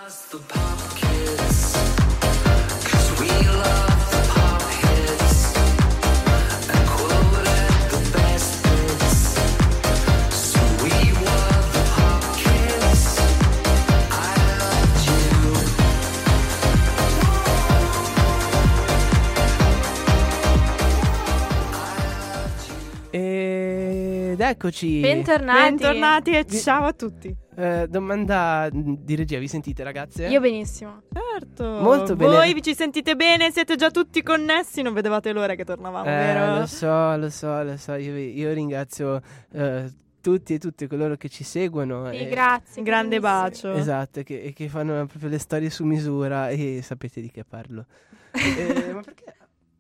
Eccoci. Bentornati e ciao a tutti. Domanda di regia, vi sentite ragazze? Io benissimo. Certo. Molto bene. Voi vi ci sentite bene? Siete già tutti connessi? Non vedevate l'ora che tornavamo, vero? Lo so. Io ringrazio tutti e tutte coloro che ci seguono. Sì, grazie. Un grande bacio. Esatto, che fanno proprio le storie su misura e sapete di che parlo. Ma perché?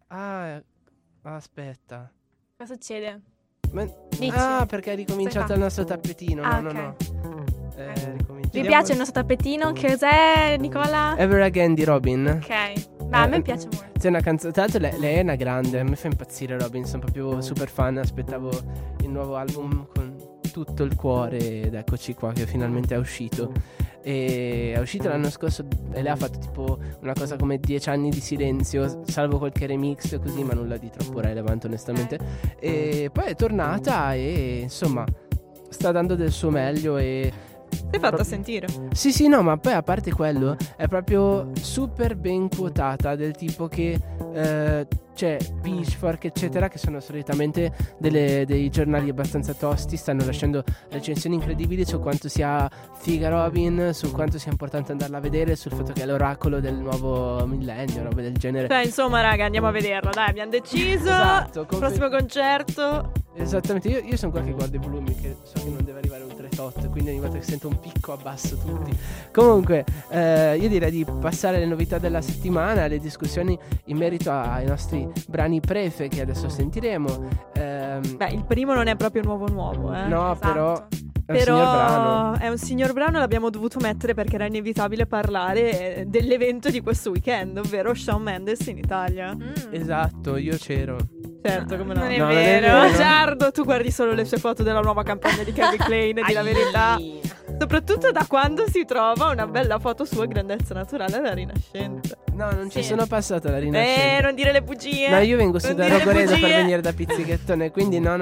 Aspetta. Cosa succede? Perché è ricominciato il nostro tappetino. No. Vi piace il nostro tappetino? Che cos'è, Nicola? Ever Again di Robin. Ok. A me piace molto. C'è una canzone. Tra l'altro lei è una grande. A me fa impazzire Robin. Sono proprio super fan. Aspettavo il nuovo album con tutto il cuore. Ed eccoci qua che finalmente è uscito. E è uscito l'anno scorso e lei ha fatto tipo una cosa come 10 anni di silenzio, salvo qualche remix così, ma nulla di troppo rilevante onestamente. E poi è tornata e insomma sta dando del suo meglio e si è fatta sentire. Sì, no, ma poi a parte quello è proprio super ben quotata, del tipo che c'è Pitchfork eccetera, che sono solitamente dei giornali abbastanza tosti, stanno lasciando recensioni incredibili su quanto sia figa Robin, su quanto sia importante andarla a vedere, sul fatto che è l'oracolo del nuovo millennio, robe del genere. Beh, insomma raga, andiamo a vederla, dai, abbiamo deciso. Esatto, prossimo concerto. Esattamente, io sono qua che guardo i volumi, che so che non deve arrivare oltre tot, quindi ogni volta che sento un picco abbasso tutti. Comunque io direi di passare alle novità della settimana, alle discussioni in merito ai nostri brani prefe che adesso sentiremo. Beh, il primo non è proprio nuovo, no, esatto. Però è un signor brano, l'abbiamo dovuto mettere perché era inevitabile parlare dell'evento di questo weekend, ovvero Shawn Mendes in Italia. Esatto, io c'ero. Certo, come no. Non è vero. Giardo, tu guardi solo le sue foto della nuova campagna di Calvin Klein, di la verità. Soprattutto da quando si trova una bella foto sua grandezza naturale alla Rinascenza. No, non ci sono passato alla Rinascenza. Non dire le bugie. No, io vengo su da Rogoredo per venire da Pizzichettone, quindi no.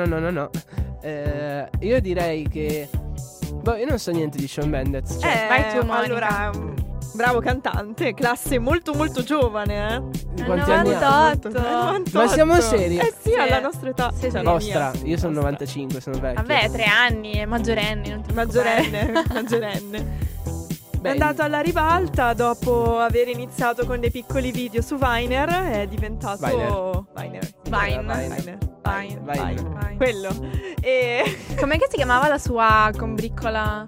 Io direi che io non so niente di Shawn Mendes. Vai tu, Monica. Allora, bravo cantante, classe molto molto giovane, Quanti anni ha? 98. Ma siamo seri? Sì, alla nostra età. Sì, Cioè, Nostra, mia. io sono 95, sono vecchio. Vabbè, 3 anni, è maggiorenne, non ti preoccupare. Maggiorenne. È andato alla ribalta dopo aver iniziato con dei piccoli video su Viner, è diventato Vine. Quello. E Com'è che si chiamava la sua combriccola?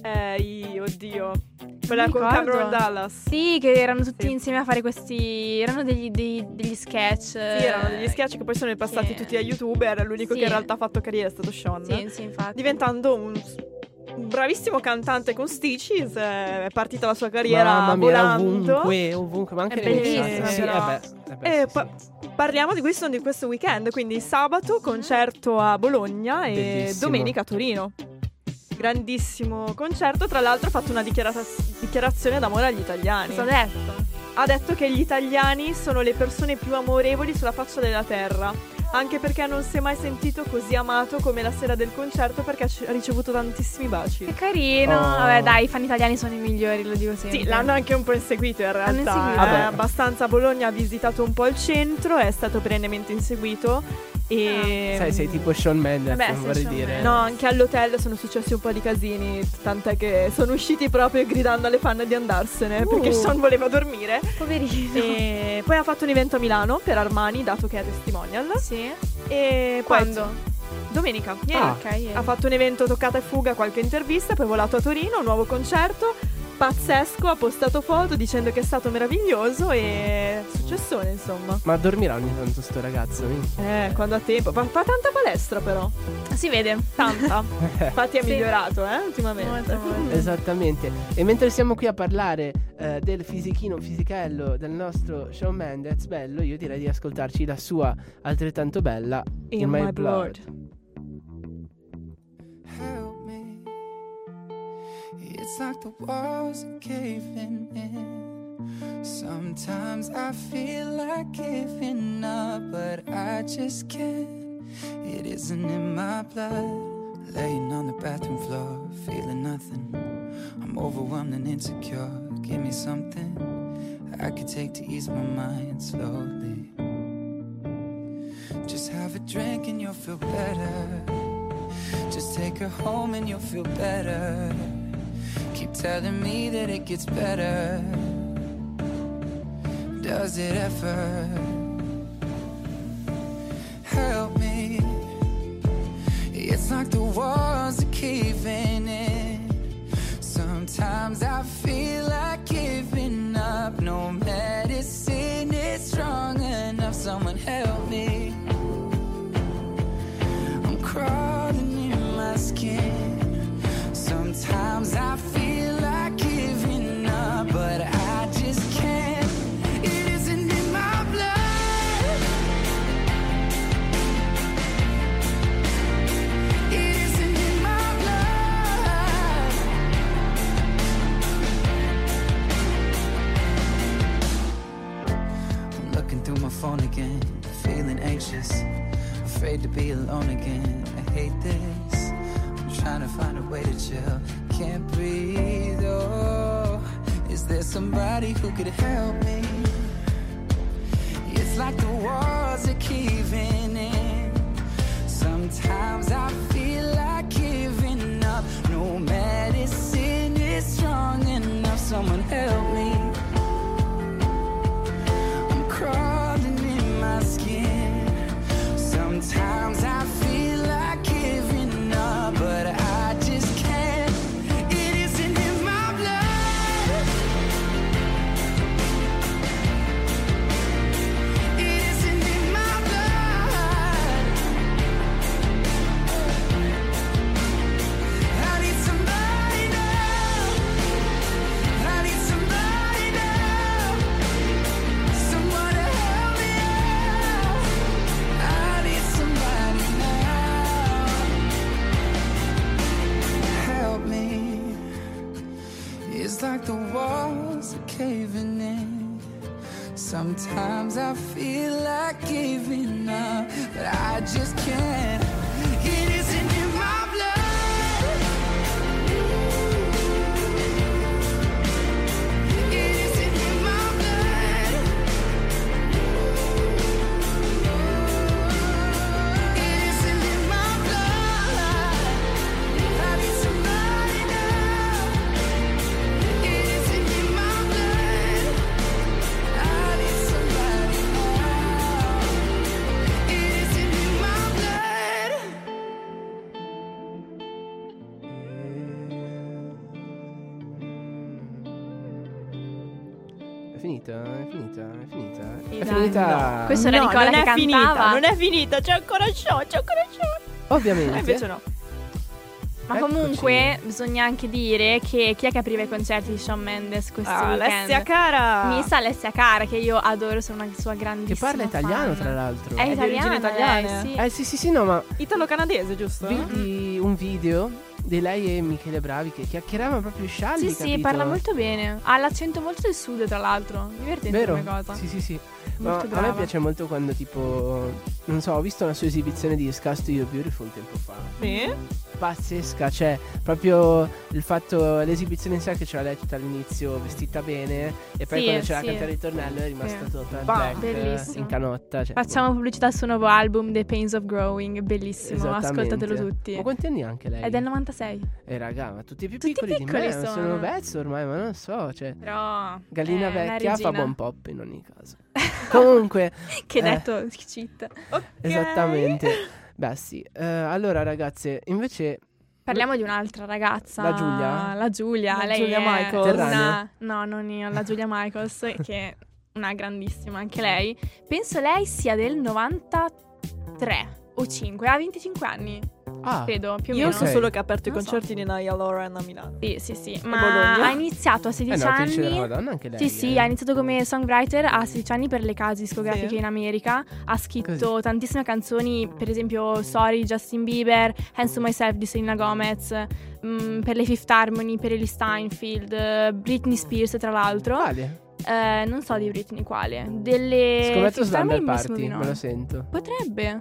Oddio. Quella con Cameron Dallas. Sì, che erano tutti insieme a fare questi. Erano degli sketch. Sì, erano degli sketch che poi sono passati tutti a YouTuber. L'unico che in realtà ha fatto carriera è stato Shawn. Sì, infatti. Diventando un bravissimo cantante con Stitches. È partita la sua carriera volando. Ovunque, ma anche è bellissima, sì, però. Parliamo di questo weekend, quindi sabato concerto a Bologna e bellissimo. Domenica a Torino. Grandissimo concerto, tra l'altro ha fatto una dichiarazione d'amore agli italiani. Cosa ha detto? Ha detto che gli italiani sono le persone più amorevoli sulla faccia della terra, anche perché non si è mai sentito così amato come la sera del concerto, perché ha ricevuto tantissimi baci. Che carino. Vabbè, dai, i fan italiani sono i migliori, lo dico sempre. Sì, l'hanno anche un po' inseguito in realtà. Abbastanza. Bologna ha visitato un po', il centro è stato perennemente inseguito. E sei tipo Shawn Mendes, non vorrei dire. No, anche all'hotel sono successi un po' di casini, tant'è che sono usciti proprio gridando alle fan di andarsene perché Shawn voleva dormire. Poverino. E poi ha fatto un evento a Milano per Armani, dato che è testimonial. Sì. E quando? Domenica, ieri. Ha fatto un evento toccata e fuga, qualche intervista, poi è volato a Torino, un nuovo concerto pazzesco, ha postato foto dicendo che è stato meraviglioso e successone, insomma. Ma dormirà ogni tanto sto ragazzo? Quando ha tempo. Fa tanta palestra però. Si vede. Tanta. Infatti è migliorato, ultimamente. Molto. Esattamente. E mentre siamo qui a parlare del fisichello del nostro Shawn Mendes bello, io direi di ascoltarci la sua altrettanto bella In My Blood. It's like the walls are caving in. Sometimes I feel like giving up, but I just can't. It isn't in my blood. Laying on the bathroom floor, feeling nothing. I'm overwhelmed and insecure. Give me something I could take to ease my mind slowly. Just have a drink and you'll feel better. Just take her home and you'll feel better. Keep telling me that it gets better. Does it ever? Help me. It's like the walls are caving in. Sometimes I feel like giving up. No medicine is strong enough. Someone help me. I'm crawling in my skin. Sometimes I feel like giving up, but I just can't. It isn't in my blood. It isn't in my blood. I'm looking through my phone again, feeling anxious, afraid to be alone again. I hate this. I'm trying to find a way to chill. Can't breathe, oh. Is there somebody who could help me? It's like the walls are caving in. Sometimes I feel like giving up. No medicine is strong enough. Someone help me. I'm crawling in my skin. Sometimes I feel like giving up, but I just can't. It isn't in my blood. It isn't in my blood. I need somebody now. I need somebody now. Someone to help me out. I need somebody now. Help me. It's like the walls are caving in. Sometimes I feel like giving up, but I just can't. It isn't in my blood. It isn't in my blood. It isn't in my blood. I need somebody now. It isn't in my blood. I need somebody now. It isn't in my blood. È finita, è finita, è finita. Sì, È dai. finita. Questo era No, Nicola non che è finita, cantava. non è finita, c'è ancora show, c'è ancora show. Ovviamente. Invece no. Ma Eccoci. comunque bisogna anche dire che chi è che apriva i concerti di Shawn Mendes questo weekend? Alessia Cara. Mi sa Alessia Cara, che io adoro, sono una sua grandissima Che parla italiano, fan. tra l'altro. È di origini italiana, italiane. lei, sì. Sì, no, ma Italo-canadese, giusto? vidi un video di lei e Michele Bravi che chiacchieravano proprio scialli, Sì, capito? parla molto bene. Ha l'accento molto del sud, tra l'altro. Divertente Vero? come cosa. Sì. Ma Molto a me brava. piace molto quando tipo, non so, ho visto una sua esibizione di Disgust You Beautiful tempo fa. Sì. Pazzesca, cioè proprio il fatto, l'esibizione in sé che c'era lei tutta all'inizio vestita bene e poi Sì, quando c'era sì. a cantare il ritornello è rimasta Sì. tutta in Bam, black, bellissimo. in canotta, cioè, Facciamo pubblicità sul nuovo album The Pains of Growing, bellissimo, esattamente. ascoltatelo tutti. Ma quanti anni ha anche lei? È del 96. Raga, ma tutti più Tutti piccoli, di piccoli me, sono. sono vezzo ormai, ma non so, cioè Però gallina è una vecchia fa regina. buon pop in ogni caso. Comunque Che detto cheat. Ok. esattamente. Beh sì, allora ragazze, invece Parliamo di un'altra ragazza. La Giulia? La Giulia. La Lei Giulia è Michaels. Terranea? No, non io. La Giulia Michaels, che è una grandissima anche lei. Penso lei sia del 93. o 5, ha 25 anni. Credo, più o meno. Io so solo che ha aperto i concerti di Niall Horan a Milano. Sì. Ma ha iniziato a 16 anni. Della Madonna anche lei. Sì, ha iniziato come songwriter a 16 anni per le case discografiche in America. Ha scritto tantissime canzoni, per esempio Sorry di Justin Bieber, Hands to Myself di Selena Gomez, per le Fifth Harmony, per Ellie Steinfeld, Britney Spears tra l'altro. Quale? Non so di Britney quale. Delle Scommetto Slumber Party, me lo sento. Potrebbe.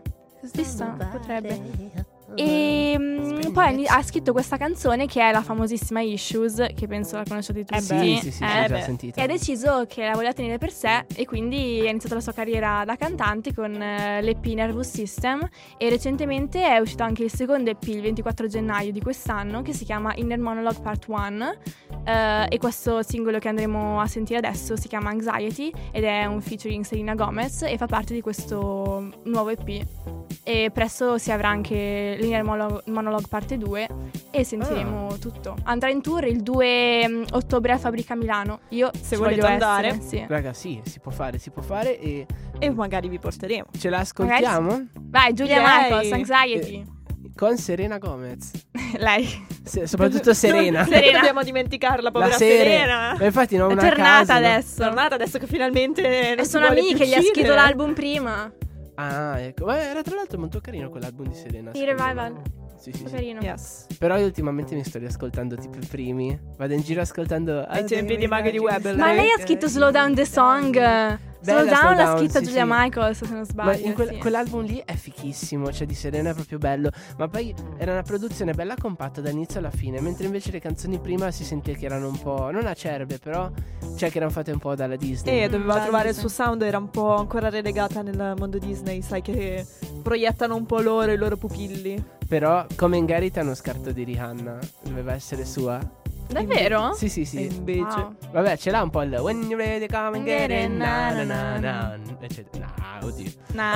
E poi ha scritto questa canzone che è la famosissima Issues, che penso la conosciate tutti. Sì, già sentita. E ha deciso che la voleva tenere per sé e quindi ha iniziato la sua carriera da cantante con l'EP Nervous System, e recentemente è uscito anche il secondo EP il 24 gennaio di quest'anno, che si chiama Inner Monologue Part 1, e questo singolo che andremo a sentire adesso si chiama Anxiety ed è un featuring Selena Gomez e fa parte di questo nuovo EP. E presto si avrà anche l'Inner Monologue parte 2 e sentiremo tutto. Andrà in tour il 2 ottobre a Fabbrica Milano. Io se volete andare, raga, sì, si può fare e magari vi porteremo. Ce la ascoltiamo? Vai, Giulia Michaels, Anxiety. Con Selena Gomez. Lei. Soprattutto Serena. Non dobbiamo dimenticarla, povera Serena. Ma infatti non è tornata adesso. È tornata adesso che finalmente e sono amiche, gli ha scritto l'album prima. Ah, ecco. Ma era tra l'altro molto carino quell'album di Selena. Il Revival. Sì. Carino. Yes. Però io ultimamente mi sto riascoltando tipo i primi. Vado in giro ascoltando ai tempi di Maggie di Webber. Ma lei ha scritto Slow Down the Song. Slow Down l'ha scritta Giulia Michaels, se non sbaglio. Ma quell'album lì è fichissimo, cioè di Serena è proprio bello. Ma poi era una produzione bella compatta dall'inizio alla fine, mentre invece le canzoni prima si sentiva che erano un po', non acerbe, però cioè che erano fatte un po' dalla Disney. Doveva trovare il suo sound, era un po' ancora relegata nel mondo Disney, sai che proiettano un po' loro i loro pupilli. Però come in Garita uno scarto di Rihanna doveva essere sua. Davvero? Sì. E invece vabbè, ce l'ha un po' il When you're ready come and get it, na oddio.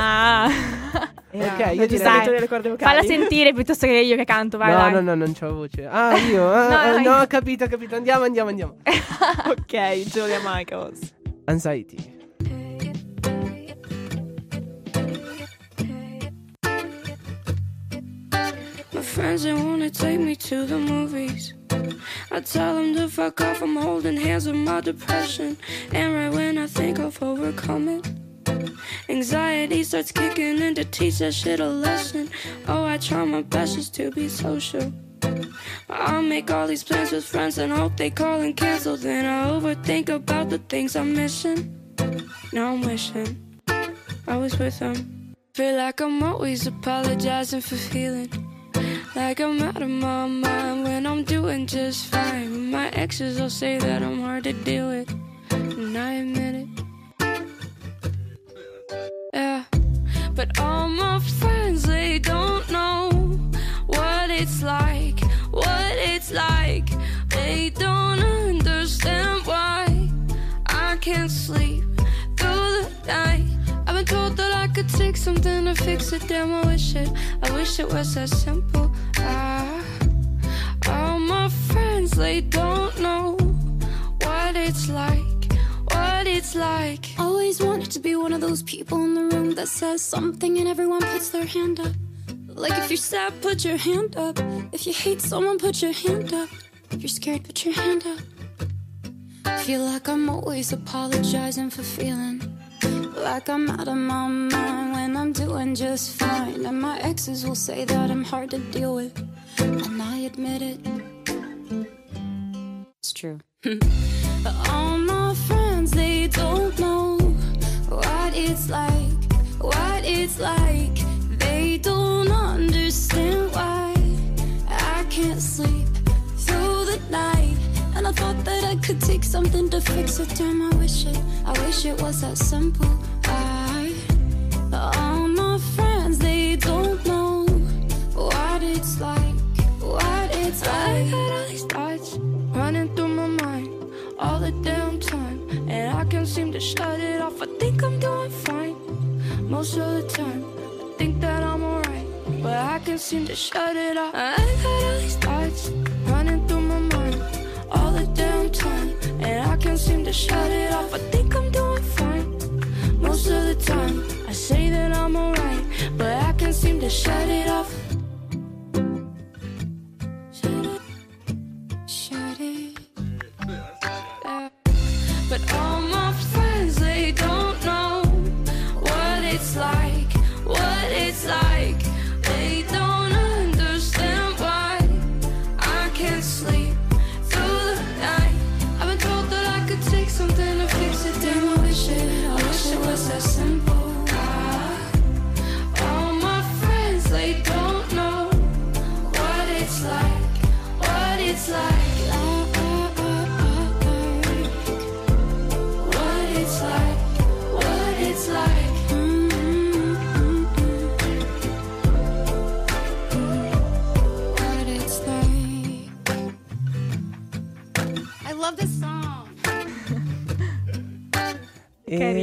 Ok, io ti le corde vocali. Falla sentire piuttosto che io che canto, vai. No, non c'ho voce. Io? No, ho capito. Andiamo. Ok, Giulia Michaels. Anxiety. My friends, they wanna take me to the movies. I tell them to fuck off, I'm holding hands with my depression. And right when I think I've overcome it, anxiety starts kicking in to teach that shit a lesson. Oh, I try my best just to be social. I make all these plans with friends and hope they call and cancel. Then I overthink about the things I'm missing. Now I'm wishing I was with them. Feel like I'm always apologizing for feeling like I'm out of my mind when I'm doing just fine. My exes will say that I'm hard to deal with, and I admit it. Yeah, but all my friends, they don't know what it's like, They don't understand why I can't sleep through the night. I've been told that I could take something to fix it. Damn, I wish it was that simple. All my friends, they don't know what it's like. Always wanted to be one of those people in the room that says something and everyone puts their hand up. Like if you're sad, put your hand up. If you hate someone, put your hand up. If you're scared, put your hand up. Feel like I'm always apologizing for feeling like I'm out of my mind when I'm doing just fine. And my exes will say that I'm hard to deal with, and I admit it. It's true. All my friends, they don't know what it's like. They don't understand why I can't sleep through the night. And I thought that I could take something to fix it. Damn, I wish it was that simple. All my friends, they don't know what it's like. I got all these thoughts running through my mind all the damn time, and I can't seem to shut it off. I think I'm doing fine most of the time. I think that I'm alright, but I can't seem to shut it off. I got all these thoughts running through my mind all the damn time, and I can't seem to shut it off. I think I'm doing fine most of the time. I say that I'm alright, but I can't seem to to shut it off. Shut it. But all my friends, they don't know what it's like, what it's like. They don't understand why I can't sleep through the night. I've been told that I could take something to fix it. Damn, I wish it was that simple. All my friends, they don't know what it's like, what it's like. What it's like, what it's like. What it's like. I love this song. Ed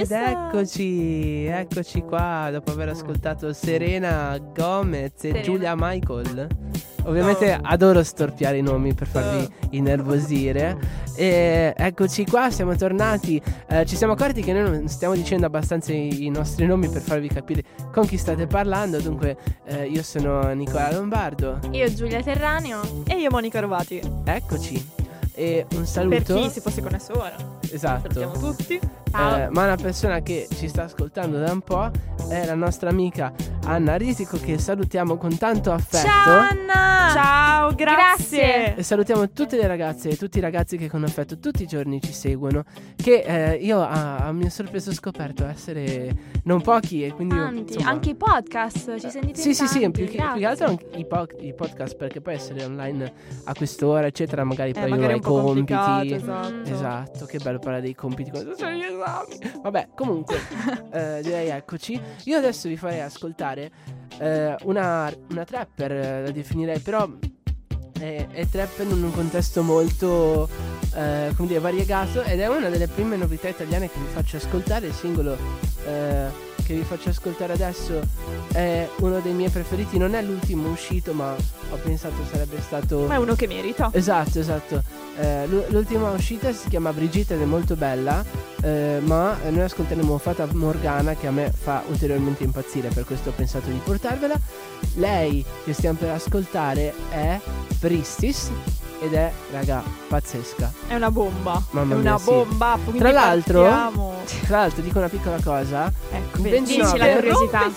eccoci qua dopo aver ascoltato Serena Gomez e Giulia Michael. Ovviamente adoro storpiare i nomi per farvi innervosire. E eccoci qua, siamo tornati. Ci siamo accorti che noi non stiamo dicendo abbastanza i nostri nomi per farvi capire con chi state parlando. Dunque io sono Nicola Lombardo. Io Giulia Terraneo. E io Monica Rovati. Eccoci. E un saluto per chi si fosse connesso ora. Esatto. Salutiamo tutti. Ma una persona che ci sta ascoltando da un po' è la nostra amica Anna Risico, che salutiamo con tanto affetto. Ciao Anna! Ciao, grazie. E salutiamo tutte le ragazze e tutti i ragazzi che con affetto tutti i giorni ci seguono, che io a mio sorpreso ho scoperto essere non pochi, e quindi insomma, anche i podcast ci sentite? Sì, più che altro anche i podcast, perché poi essere online a quest'ora eccetera magari poi uno ha i compiti. Esatto, che bello parlare dei compiti quando sono gli esami. Vabbè, comunque direi eccoci. Io adesso vi farei ascoltare una trapper, la definirei, però è trap in un contesto molto come dire, variegato, ed è una delle prime novità italiane che vi faccio ascoltare. Il singolo che vi faccio ascoltare adesso è uno dei miei preferiti. Non è l'ultimo uscito, ma ho pensato sarebbe stato, ma è uno che merita. Esatto. L'ultima uscita si chiama Brigitte ed è molto bella, ma noi ascolteremo Fata Morgana, che a me fa ulteriormente impazzire, per questo ho pensato di portarvela. Lei che stiamo per ascoltare è Pristis ed è, raga, pazzesca. È una bomba. Mamma mia, una bomba. Tra l'altro dico una piccola cosa. Ecco, il 29 la curiosità.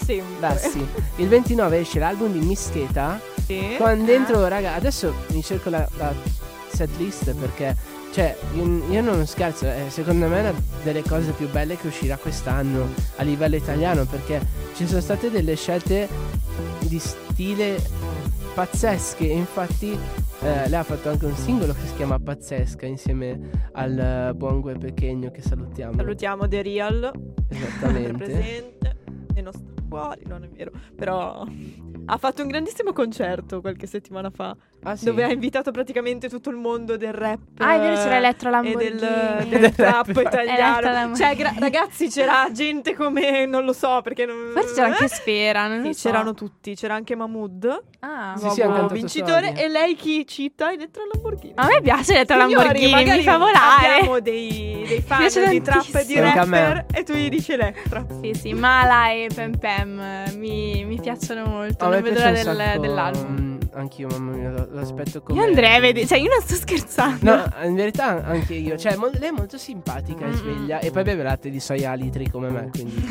Il 29 esce l'album di Mischeta. Sì. Con dentro, raga, adesso mi cerco la set list, perché cioè io non scherzo, secondo me è una delle cose più belle che uscirà quest'anno a livello italiano, perché ci sono state delle scelte di stile pazzesche. Infatti lei ha fatto anche un singolo che si chiama Pazzesca insieme al buon Gue Pechegno, che salutiamo The Real. Esattamente. Presente nei nostri cuori, non è vero, però ha fatto un grandissimo concerto qualche settimana fa, sì? Dove ha invitato praticamente tutto il mondo del rap. È vero, c'era Elettra Lamborghini e del trap italiano. Cioè ragazzi, c'era gente come, non lo so, perché non... Forse c'era anche Sfera, non lo so. C'erano tutti, c'era anche Mahmood, nuovo vincitore, soldi. e lei chi cita? Elettra Lamborghini. A me piace Elettra Lamborghini, mi fa volare. Abbiamo dei fan di trap e di rapper, e tu gli dici Elettra. Sì, Mala e Pem Pem mi piacciono molto. Non vedo l'ora dell'album. Anch'io, mamma mia, l'aspetto come... Io andrei a vedere, cioè io non sto scherzando. No, in verità anche io. Cioè lei è molto simpatica e sveglia, e poi beve latte di soia a litri come me, quindi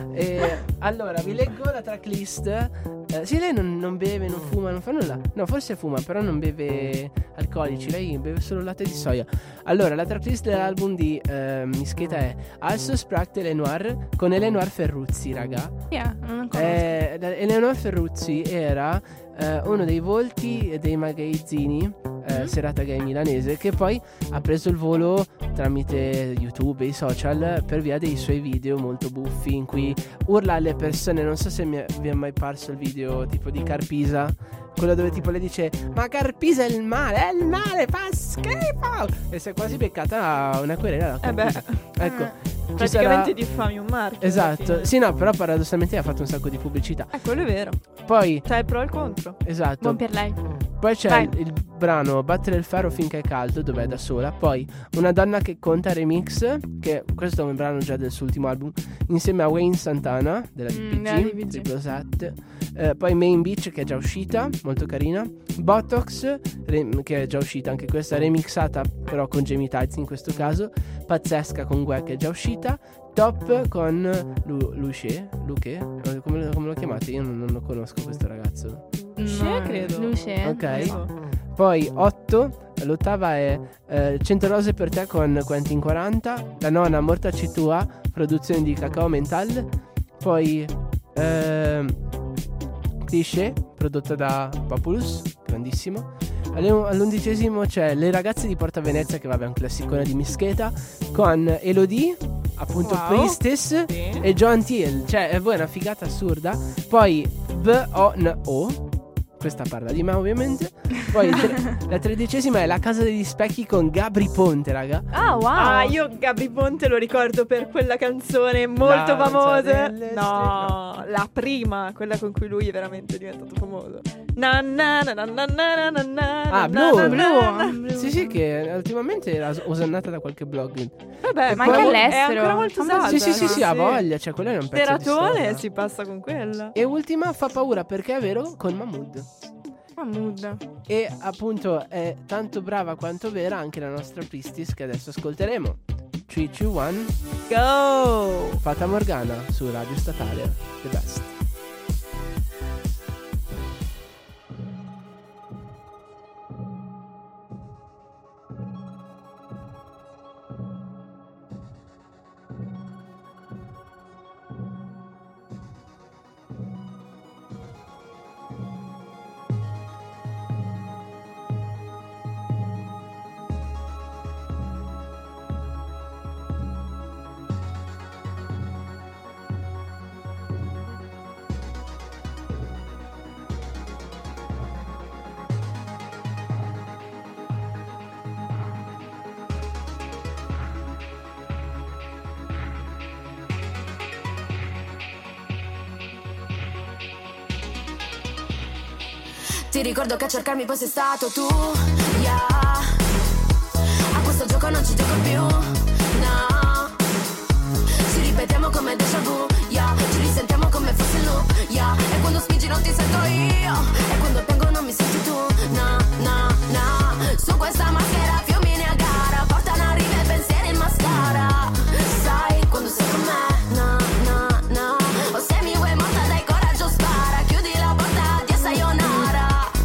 allora vi leggo la tracklist. Sì, lei non beve, non fuma, non fa nulla. No, forse fuma, però non beve alcolici. Lei beve solo latte di soia. Allora, la tracklist dell'album di Mischeta è Also Sprach Eleanor con Eleanor Ferruzzi, raga. Non conosco. Eleanor Ferruzzi era uno dei volti dei magazzini Serata Gay milanese, che poi ha preso il volo tramite YouTube e i social per via dei suoi video molto buffi in cui urla alle persone. Non so se vi è mai parso il video tipo di Carpisa, quello dove tipo le dice ma Carpisa è il male, fa schifo, e si è quasi beccata una querela. Ecco, praticamente diffami un marchio. Esatto, sì, no, però paradossalmente ha fatto un sacco di pubblicità. Quello è vero. Poi c'è il pro e il contro. Esatto. Buon per lei. Poi c'è il brano Battere il ferro finché è caldo, dove è da sola. Poi Una donna che conta remix, che questo è un brano già del suo ultimo album, insieme a Wayne Santana della DPG 777. Poi Main Beach, che è già uscita, molto carina. Botox, che è già uscita anche questa, remixata però con Jamie Tights in questo caso. Pazzesca con Gue, che è già uscita. Top con Luce, come lo chiamate? Io non lo conosco questo ragazzo. Luce, credo. Luce. Ok. Poi 8, l'ottava è 100 rose per te con Quentin 40. La nona, Mortaci tua, produzione di Cacao Mental. Poi Cliché, prodotta da Populus, grandissimo. All'11° c'è Le ragazze di Porta Venezia, che vabbè è un classicone di Mischeta, con Elodie, appunto Priestess, e John Thiel. Cioè è una figata assurda. Poi B.O.N.O, questa parla di me ovviamente. Poi la 13ª è La casa degli specchi con Gabri Ponte, raga. Ah, wow. Io Gabri Ponte lo ricordo per quella canzone molto famosa. No, la prima, quella con cui lui è veramente diventato famoso. Blue. Sì, che ultimamente era osannata da qualche blog. Vabbè, ma anche all'estero è ancora molto usata. Sì, ha voglia, cioè quella è un pezzo di storia. Si passa con quella. E ultima, Fa paura perché è vero, con Mahmood. E appunto è tanto brava quanto vera anche la nostra Priestess, che adesso ascolteremo. 3, 2, 1 go! Fata Morgana su Radio Statale, the best. Ti ricordo che a cercarmi poi sei stato tu, yeah. A questo gioco non ci gioco più, no. Ci ripetiamo come déjà vu, yeah. Ci risentiamo come fosse il loop, yeah. E quando spingi non ti sento io, e quando piango non mi senti tu, no, no, no. Su questa maschera fiumini a gara, portano a rive pensieri in mascara. Sai quando sei con me, no, no, no. O se mi vuoi morta dai coraggio spara, chiudi la porta, Dio sayonara.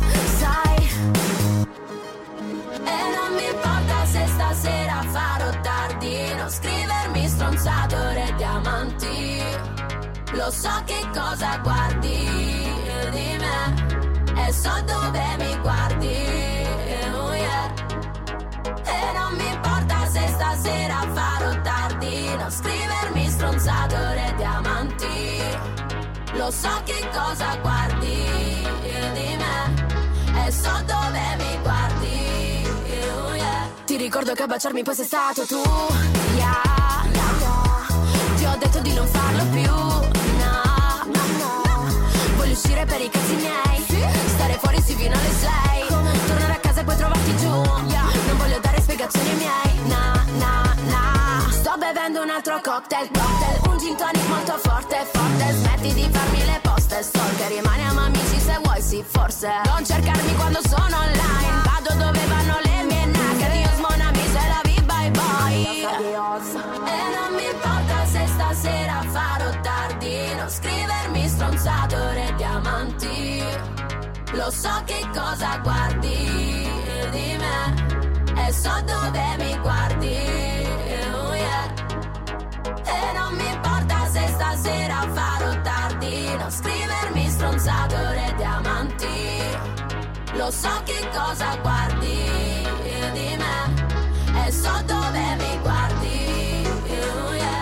Stasera farò tardi, non scrivermi stronzatore diamanti. Lo so che cosa guardi di me e so dove mi guardi, oh yeah. E non mi importa se stasera farò tardi, non scrivermi stronzatore diamanti. Lo so che cosa guardi di me e so dove mi guardi. Ti ricordo che a baciarmi poi sei stato tu, yeah, yeah, yeah. Ti ho detto di non farlo più, no, no, no. Voglio uscire per i cazzi miei, sì. Stare fuori sì fino alle 6, tornare a casa e poi trovarti giù, yeah. Non voglio dare spiegazioni ai miei, no, no, no. Sto bevendo un altro cocktail, un gin tonic molto forte, forte. Smetti di farmi le poste, stalker. Rimaniamo amici se vuoi, sì, forse. Non cercarmi quando sono online, vado dove vanno le mie naghe. Io smonami se la vi bye bye. E non mi importa se stasera farò tardi, non scrivermi stronzatore diamanti. Lo so che cosa guardi di me e so dove mi guardi, oh yeah. E non mi importa se stasera farò tardi, non scrivermi stronzatore diamanti. Lo so che cosa guardi di me e so dove mi guardi, oh yeah.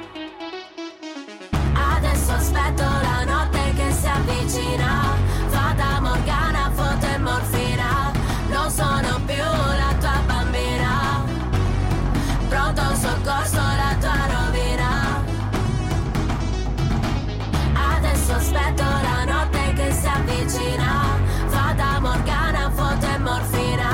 Adesso aspetto la notte che si avvicina, fata Morgana, foto e morfina. Non sono più la tua bambina, pronto soccorso la tua rovina. Adesso aspetto la notte che si avvicina, fata Morgana, foto e morfina.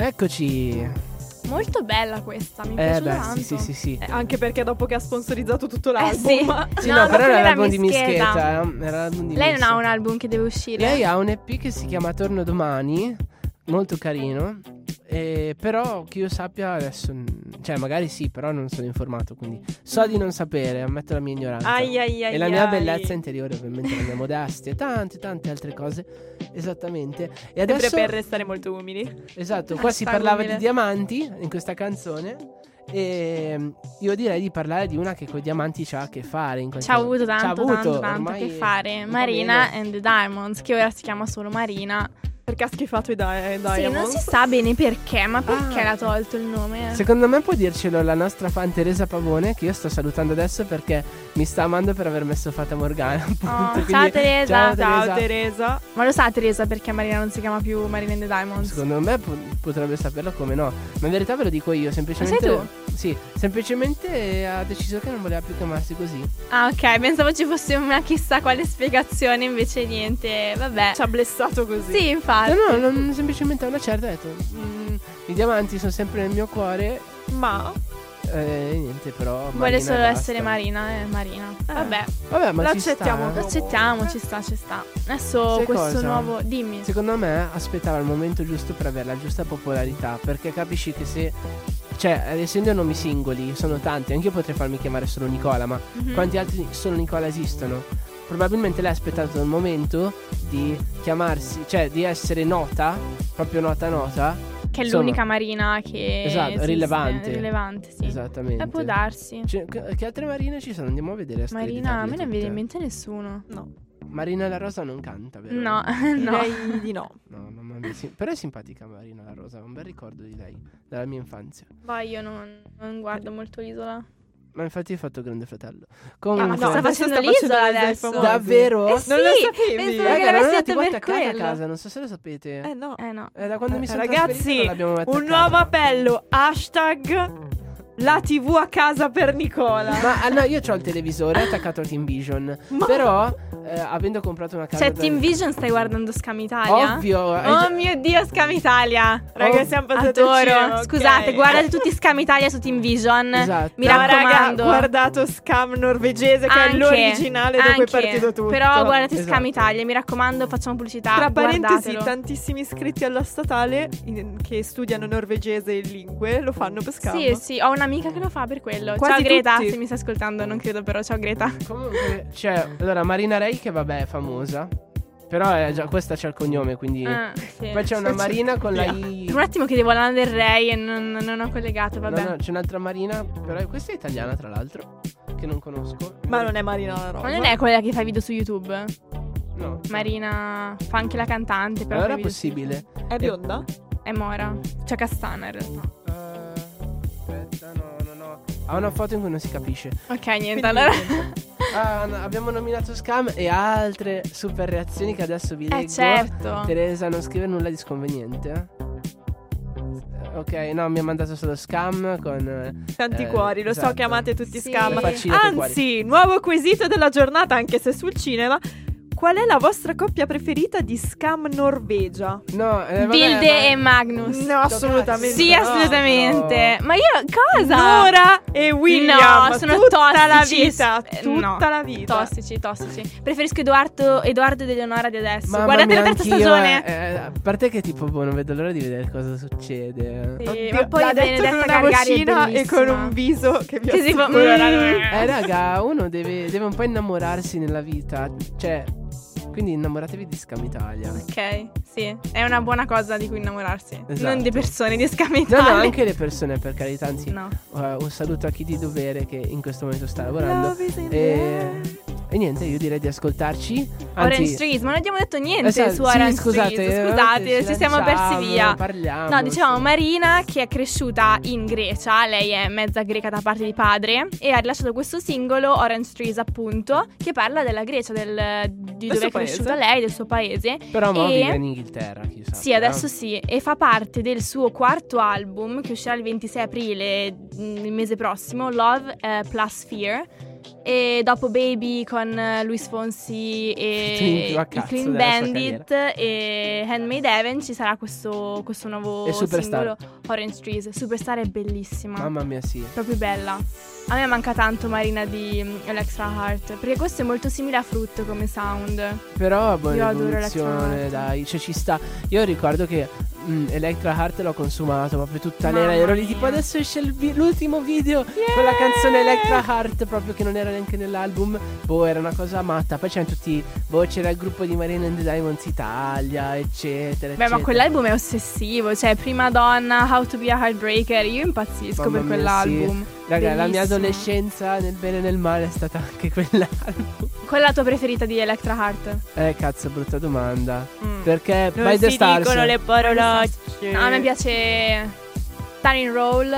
Eccoci. Molto bella questa, mi piace tanto. Sì. Anche perché dopo che ha sponsorizzato tutto l'album. Sì, no, però era l'album di Mischeta. Lei non ha un album che deve uscire? Lei ha un EP che si chiama Torno Domani, molto carino. Però che io sappia adesso, cioè magari sì, però non sono informato, quindi so di non sapere, ammetto la mia ignoranza. E la mia bellezza interiore, ovviamente, la mia modestia e tante altre cose. Esattamente. E adesso, sempre per restare molto umili. Esatto, qua si parlava di diamanti in questa canzone. E io direi di parlare di una che con i diamanti c'ha a che fare. C'ha avuto tanto a che fare. Marina and the Diamonds, che ora si chiama solo Marina. Perché ha schifato i Diamonds? Sì, non si sa bene perché, ma perché l'ha tolto il nome? Secondo me può dircelo la nostra fan Teresa Pavone, che io sto salutando adesso perché mi sta amando per aver messo Fata Morgana. Ciao Teresa. Ciao Teresa. Ma lo sa Teresa perché Marina non si chiama più Marina and the Diamonds? Secondo me potrebbe saperlo, come no. Ma in verità ve lo dico io, semplicemente. Sei tu? Sì, semplicemente ha deciso che non voleva più chiamarsi così. Ah, ok, pensavo ci fosse una chissà quale spiegazione, invece niente, vabbè. Ci ha blessato così. Sì, infatti. No, semplicemente a una certa ha detto i diamanti sono sempre nel mio cuore, ma niente, però vuole solo basta. essere Marina. Vabbè, ma l'accettiamo. Ci sta. Adesso sai questo cosa? nuovo, dimmi. Secondo me aspettava il momento giusto per avere la giusta popolarità, perché capisci che se, cioè, essendo nomi singoli sono tanti, anche io potrei farmi chiamare solo Nicola, ma quanti altri solo Nicola esistono? Probabilmente lei ha aspettato il momento di chiamarsi, cioè di essere nota, proprio nota. Che è l'unica Marina che esatto, rilevante, sì. Esattamente. Può darsi. Cioè, che altre Marine ci sono? Andiamo a vedere. Marina, a me ne viene in mente nessuno. No. Marina La Rosa non canta, vero? No. Direi di no. No, mamma mia, sì. Però è simpatica Marina La Rosa, ho un bel ricordo di lei, dalla mia infanzia. Ma io non guardo molto l'isola. Ma infatti hai fatto Grande Fratello. Comunque, ma sta facendo l'isola adesso. Davvero? Non lo sapevi? Raga, non l'avete tipo attaccata a casa, non so se lo sapete. No. Da quando mi sono ragazzi, un nuovo appello. # la TV a casa per Nicola. Ma no, io ho il televisore attaccato a Team Vision. Però avendo comprato una casa, cioè Team Vision, stai guardando Scam Italia? Ovvio. Oh mio Dio, Scam Italia. Raga, siamo passati al cinema, Scusate, okay. Guardate tutti Scam Italia su Team Vision. Esatto. Mi raccomando. Raga, guardato Scam norvegese, che è l'originale da cui è partito tutto. Però guardate Scam Italia, mi raccomando, facciamo pubblicità. Tra parentesi, guardatelo. Tantissimi iscritti alla statale che studiano norvegese e lingue lo fanno per Scam. Sì, ho un'amica che lo fa per quello. Quasi ciao Greta, tutti. se mi stai ascoltando, non credo, però ciao Greta. Comunque, allora Marina Ray, che vabbè è famosa, però è già, questa c'ha il cognome, quindi sì. Poi c'è una Marina con la I. Un attimo che devo Lana del Rey e non ho collegato, vabbè. No, c'è un'altra Marina, però questa è italiana tra l'altro, che non conosco. Ma non è Marina La Rosa. Ma non è quella che fa video su YouTube? No. Marina fa anche la cantante, però allora è possibile. È bionda? È mora, cioè castana in realtà. Aspetta, no. Ha una foto in cui non si capisce. Ok, niente, allora. Abbiamo nominato Scam e altre super reazioni che adesso vi leggo. Certo. Teresa non scrive nulla di sconveniente. Ok, no, mi ha mandato solo Scam con tanti cuori, lo esatto. so che amate tutti Scam. Anzi, nuovo quesito della giornata, anche se sul cinema. Qual è la vostra coppia preferita di Scam Norvegia? No, Vilde e Magnus. No, assolutamente. Sì, assolutamente. No. Ma io cosa? Nora e William. No, sono tutta tossici. la vita. Tutta la vita. Tossici. Preferisco Edoardo ed Eleonora di adesso. Mamma Guardate mia, la terza stagione. A parte che tipo non vedo l'ora di vedere cosa succede. Sì, Oddio, ma poi l'ha detto con una vocina e con un viso che vi assicuro. Raga, uno deve un po' innamorarsi nella vita. Cioè, quindi innamoratevi di Scam Italia. Ok, sì, è una buona cosa di cui innamorarsi. Esatto. Non di persone, di Scam Italia. No, anche le persone, per carità. Anzi, no. Un saluto a chi di dovere che in questo momento sta lavorando. E niente, io direi di ascoltarci. Orange Trees, ma non abbiamo detto niente esatto, su Orange scusate, Trees. Ci siamo persi via. Parliamo. No, dicevamo Marina, che è cresciuta in Grecia. Lei è mezza greca da parte di padre e ha rilasciato questo singolo, Orange Trees appunto, che parla della Grecia, di dove è cresciuta lei, del suo paese. Però mo vive in Inghilterra, chissà. Sì, adesso sì. E fa parte del suo quarto album, che uscirà il 26 aprile, il mese prossimo, Love Plus Fear. E dopo Baby con Luis Fonsi e i Clean Bandit e Handmade Heaven ci sarà questo nuovo singolo, Orange Trees. Superstar è bellissima. Mamma mia, sì. Proprio bella. A me manca tanto Marina di Electra Heart, perché questo è molto simile a Fruit come sound. Però buona evoluzione, dai, cioè ci sta. Io ricordo che Electra Heart l'ho consumato proprio tutta nera. Ero lì tipo adesso esce l'ultimo video con la canzone Electra Heart, proprio che non era neanche nell'album. Era una cosa matta. Poi c'erano tutti, c'era il gruppo di Marina and the Diamonds Italia, eccetera. Ma quell'album è ossessivo. Cioè Prima Donna, How to be a Heartbreaker. Io impazzisco per quell'album. Sì. Raga, la mia adolescenza nel bene e nel male è stata anche quell'album. Qual è la tua preferita di Electra Heart? Cazzo, brutta domanda. Perché non By the Stars si dicono le parolacce. No, a me piace Turning Roll.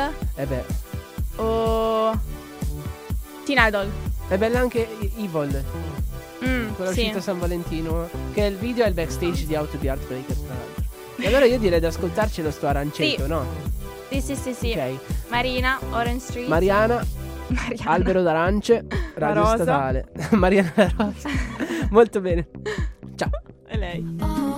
O Teen Idol. È bella anche Evil. Quella uscita a San Valentino. Che il video è il backstage di How to be Heartbreaker, tra l'altro. E allora io direi di ascoltarcelo sto arancetto, no? Sì. Ok. Marina, Orange Street. Mariana. Albero d'arance, radio statale. Mariana la Rosa. Molto bene. Ciao. E lei.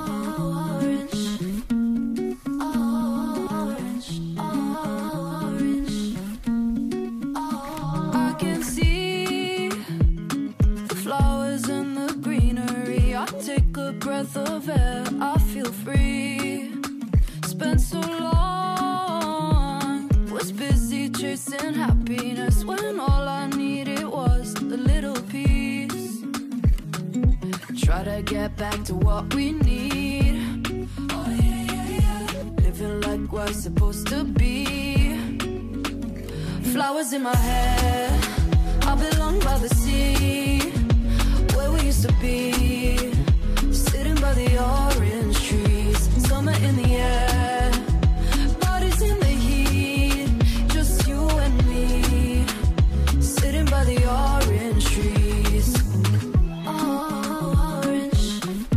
I can see the flowers and the greenery. I take a breath of air, I feel free. Spent so long, was busy chasing happiness when all I needed was a little peace. Try to get back to what we need. Oh yeah. Living like we're supposed to be. Flowers in my hair, I belong by the sea, where we used to be, sitting by the orange trees. Summer in the air, bodies in the heat, just you and me, sitting by the orange trees. Orange,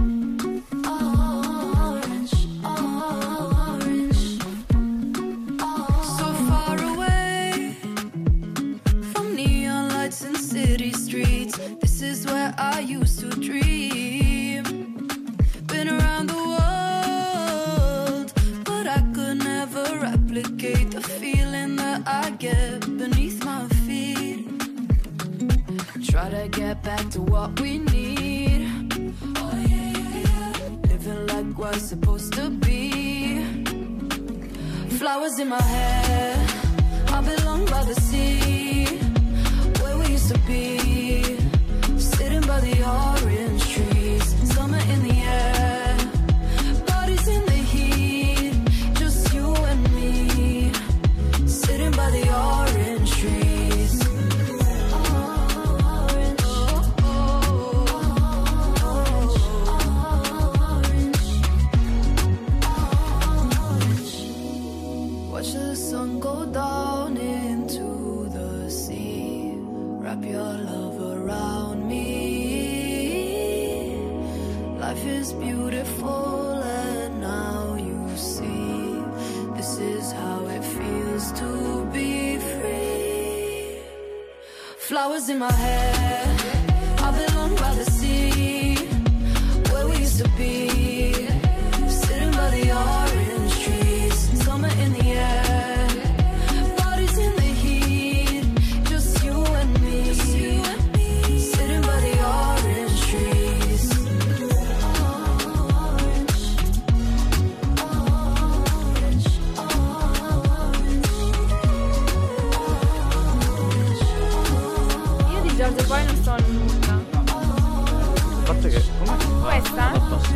orange, orange. So far away from neon lights and city streets, this is where I used to dream. Been around the world, but I could never replicate the feeling that I get beneath my feet. Try to get back to what we need. Oh yeah. Living like we're supposed to be. Flowers in my hair, I belong by the sea, where we used to be, sitting by the orange trees. Summer in the air, bodies in the heat, just you and me, sitting by the orange trees. Orange, orange. Watch the sun go down into the sea. Wrap your love around me. Life is beautiful and now you see. This is how it feels to be free. Flowers in my hair, I belong by the sea, where we used to be, sitting by the orange trees. Summer in the air, bodies in the heat, just you and me, sitting by the orange trees. Io di Giorgio poi non so nulla. A parte che Questa?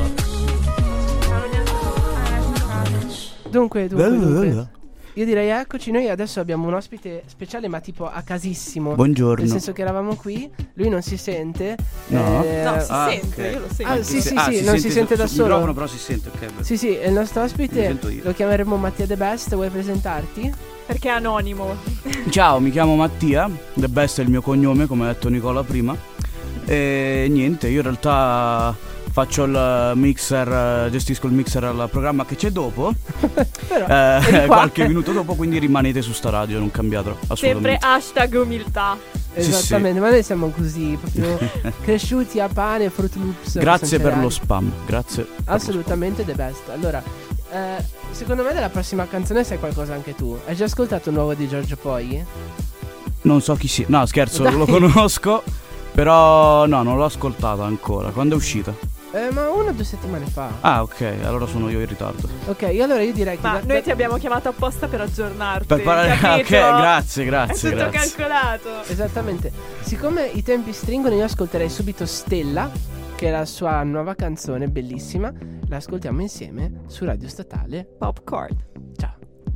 Dunque. Io direi eccoci, noi adesso abbiamo un ospite speciale ma tipo a casissimo. Buongiorno. Nel senso che eravamo qui, lui non si sente. No? No, si sente, ok. io lo sento. Sì, non si sente da sul solo. microfono però si sente, ok. Sì, e il nostro Mi ospite sento io. lo chiameremo Mattia The Best, vuoi presentarti? Perché è anonimo. Ciao, mi chiamo Mattia, The Best è il mio cognome, come ha detto Nicola prima. E niente, io in realtà faccio il mixer, gestisco il mixer al programma che c'è dopo. Però eri qua. Qualche minuto dopo, quindi rimanete su sta radio, non cambiatelo Sempre assolutamente. hashtag umiltà. Esattamente, sì. Ma noi siamo così, proprio cresciuti a pane e Fruit Loops. Grazie per lo spam, grazie. Assolutamente the best. Allora, secondo me della prossima canzone sai qualcosa anche tu. Hai già ascoltato il nuovo di Giorgio Poi? Non so chi sia. No, scherzo, Dai. lo conosco. Però no, non l'ho ascoltato ancora. Quando è uscita? Ma 1 o 2 settimane fa. Ah, ok, allora sono io in ritardo. Ok, allora io direi che Ma noi ti abbiamo chiamato apposta per aggiornarti. Per parlare. capito? Ok, grazie. È tutto grazie. calcolato. Esattamente. Siccome i tempi stringono, io ascolterei subito Stella, che è la sua nuova canzone bellissima. La ascoltiamo insieme su Radio Statale Popcorn. Ciao.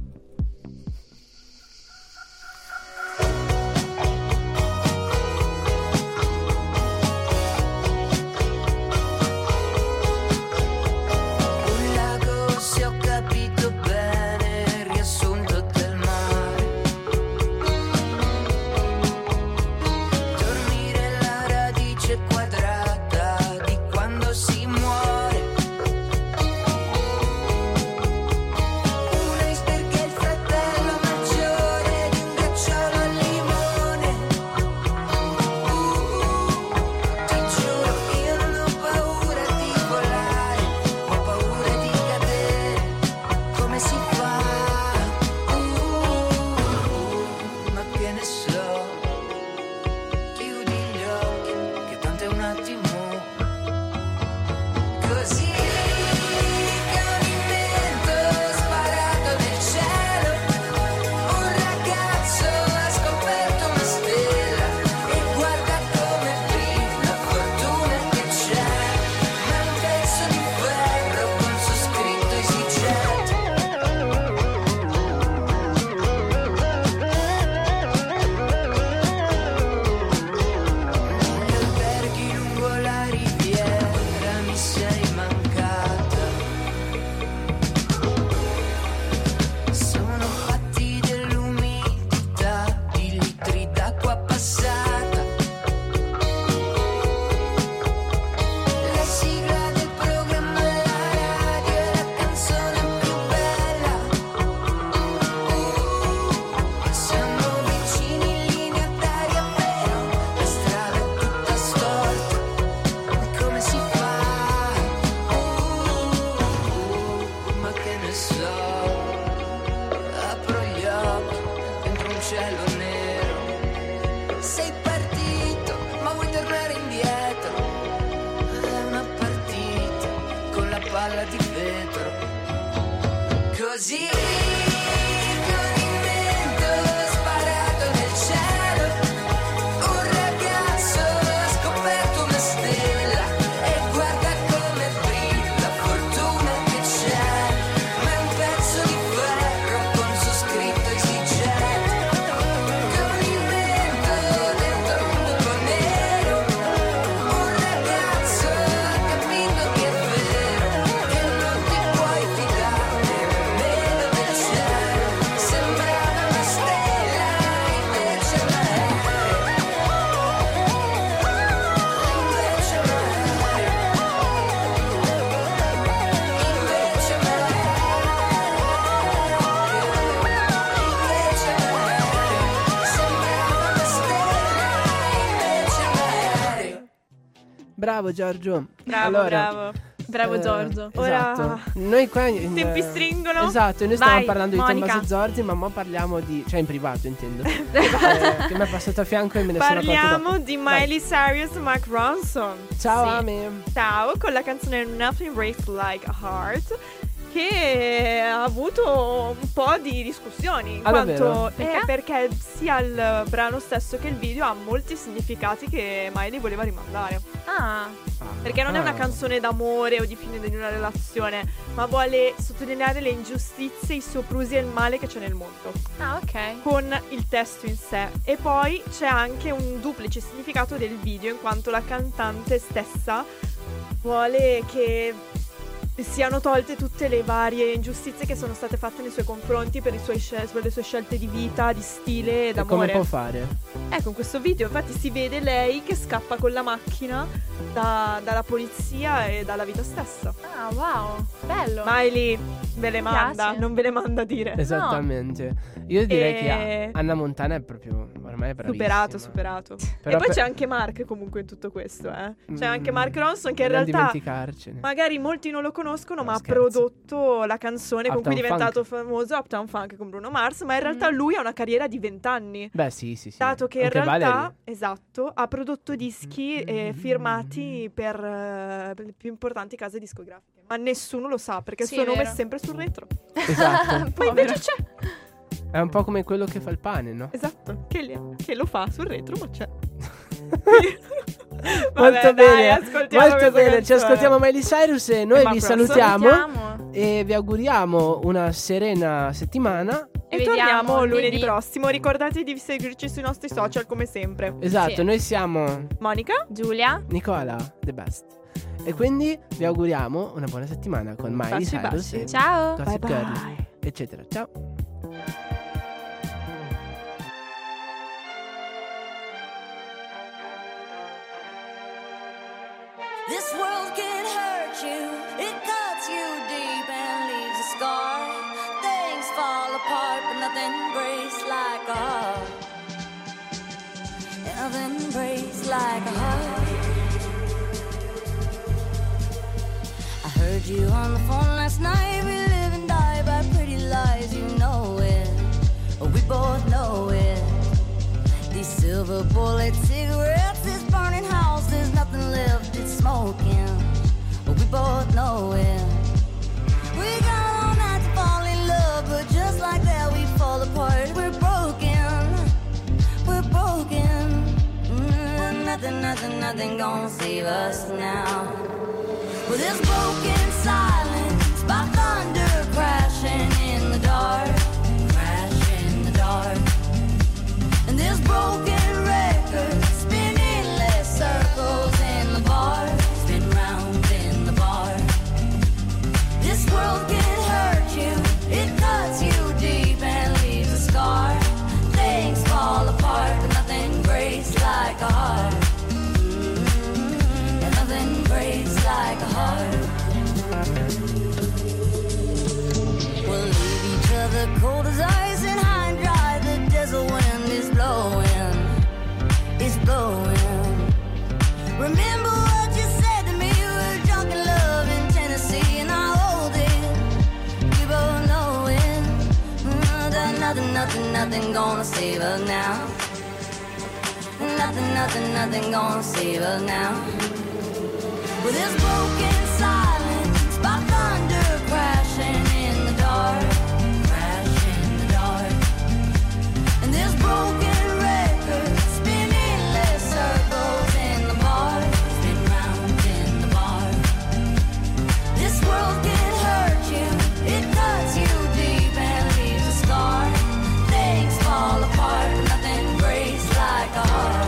Un lago, se ho capito bene, riassunto del mare. Dormire la radice quadrata di quando si muore. Un iceberg è il fratello maggiore di un ghiacciolo al limone. Ti giuro, io non ho paura di volare, ho paura di cadere. Come si fa? Ma che ne so, chiudi gli occhi, che tanto è un attimo. Così che un invento sparato nel cielo, un ragazzo ha scoperto una stella e guarda come brilla la fortuna che c'è, ma un pezzo di ferro con su scritto EasyJet. Negli alberghi lungo la riviera mi sei mancata. Sono fatti dell'umidità, di litri d'acqua passata. La sigla del programma alla radio è la canzone più bella. Siamo vicini in linea d'aria, però la strada è tutta storta. Come si fa? Ma che ne so, apro gli occhi dentro un cielo nero. Sei partito, ma vuoi tornare indietro? È una partita con la palla di vetro. Così che un invento sparato nel cielo, un ragazzo ha scoperto una stella e guarda come brilla la fortuna che c'è, ma è un pezzo di ferro con su scritto EasyJet. Che un invento dentro un buco nero, un ragazzo ha capito che è vero, che non ti puoi fidare nemmeno del cielo. Sembrava una stella, invece è un aereo. Invece è un aereo. Bravo Giorgio. Bravo, Allora, bravo. Bravo Giorgio. Ora Esatto. Noi qua tempi stringono. Esatto, noi stavamo Vai, parlando di Monica. Tommaso Zorzi, ma mo parliamo di, cioè in privato intendo. Che mi è passato a fianco e me ne sono accorto Parliamo dopo. di Vai. Miley Cyrus e Mark Ronson. Ciao Sì. Ame. Ciao, con la canzone Nothing Breaks Like a Heart, che ha avuto un po' di discussioni. In Ah, quanto davvero? perché sia il brano stesso che il video ha molti significati che Miley voleva rimandare. Ah, Perché non è una canzone d'amore o di fine di una relazione, ma vuole sottolineare le ingiustizie, i soprusi e il male che c'è nel mondo, ah, ok. con il testo in sé. E poi c'è anche un duplice significato del video, in quanto la cantante stessa vuole che siano tolte tutte le varie ingiustizie che sono state fatte nei suoi confronti per, per le sue scelte di vita, di stile ed E come amore. può fare? Ecco, in questo video infatti si vede lei che scappa con la macchina dalla polizia e dalla vita stessa. Ah, wow, bello. Miley ve le manda, piace. non ve le manda a dire. Esattamente. Io direi E- che Anna Montana è proprio ormai è bravissimo. Superato. Però e poi c'è anche Mark comunque in tutto questo, C'è anche Mark Ronson che in realtà magari molti non lo conoscono, ma scherzo. ha prodotto la canzone con cui è diventato Funk. famoso, Uptown Funk con Bruno Mars, ma in realtà lui ha una carriera di 20 anni. Beh, sì. Dato che in Anche realtà, Valerio. esatto, ha prodotto dischi firmati per le più importanti case discografiche. Ma nessuno lo sa perché il suo nome è sempre sul retro. Esatto. Poi invece c'è. È un po' come quello che fa il pane, no? Esatto, che lo fa sul retro, ma c'è. Molto bene, molto bene. Ci canzone. ascoltiamo Miley Cyrus e noi vi salutiamo Salutiamo. e vi auguriamo una serena settimana. E vediamo torniamo lunedì lunedì. prossimo. Ricordate di seguirci sui nostri social come sempre. Esatto, Sì. noi siamo Monica, Giulia. Nicola, the best. E quindi vi auguriamo una buona settimana con Miley Baci, Cyrus baci. e Ciao. Gossip Bye Girl, bye. eccetera. Ciao. This world can hurt you, it cuts you deep and leaves a scar. Things fall apart, but nothing breaks like a heart. Nothing breaks like a heart. I heard you on the phone last night. We live and die by pretty lies, you know it. We both know it. These silver bullet cigarettes, this burning house, there's nothing left, it's smoking. We both know it. We got all night to fall in love, but just like that we fall apart. We're broken, we're broken. Nothing gonna save us now. With this broken silence, by thunder crashing in the dark, crash in the dark. And this broken record spinning less circles in the bar, spin round in the bar. This world can hurt you, it cuts you deep and leaves a scar. Things fall apart, but nothing breaks like a heart. And nothing breaks like a heart. We'll leave each other cold as ice and high and dry. The desert wind is blowing, it's blowing. Remember what you said to me, we were drunk in love in Tennessee, and I hold it, we both know it. That nothing gonna save us now. Nothing gonna save us now. With this broken silence, by thunder crashing in the dark, crash in the dark. And this broken record spinning less circles in the bar, spin round in the bar. This world can hurt you, it cuts you deep and leaves a scar. Things fall apart, but nothing breaks like a heart.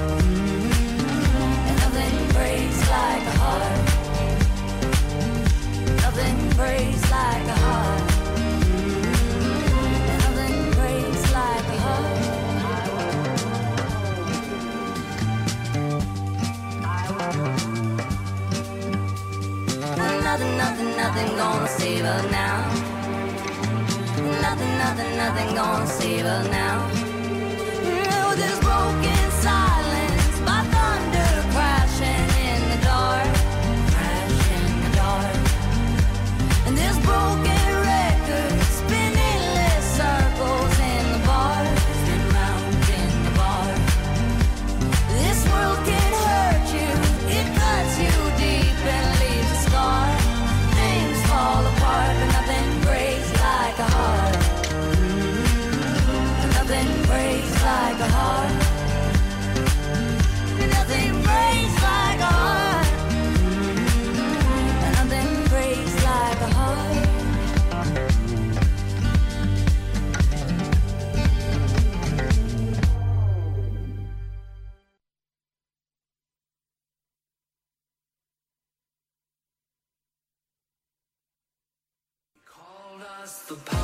And nothing breaks like a heart. Nothing breaks like a heart. And nothing breaks like a heart. Nothing gonna save us now. Nothing gonna save us now. With this broken silence, by thunder crashing in the dark, crash in the dark. And this broken record spinning less circles in the bar, spin round in the bar. This world can hurt you, it cuts you deep and leaves a scar. Things fall apart, but nothing breaks like a heart. Nothing breaks like a heart. Nothing breaks like a heart. Nothing breaks like a heart. Called us the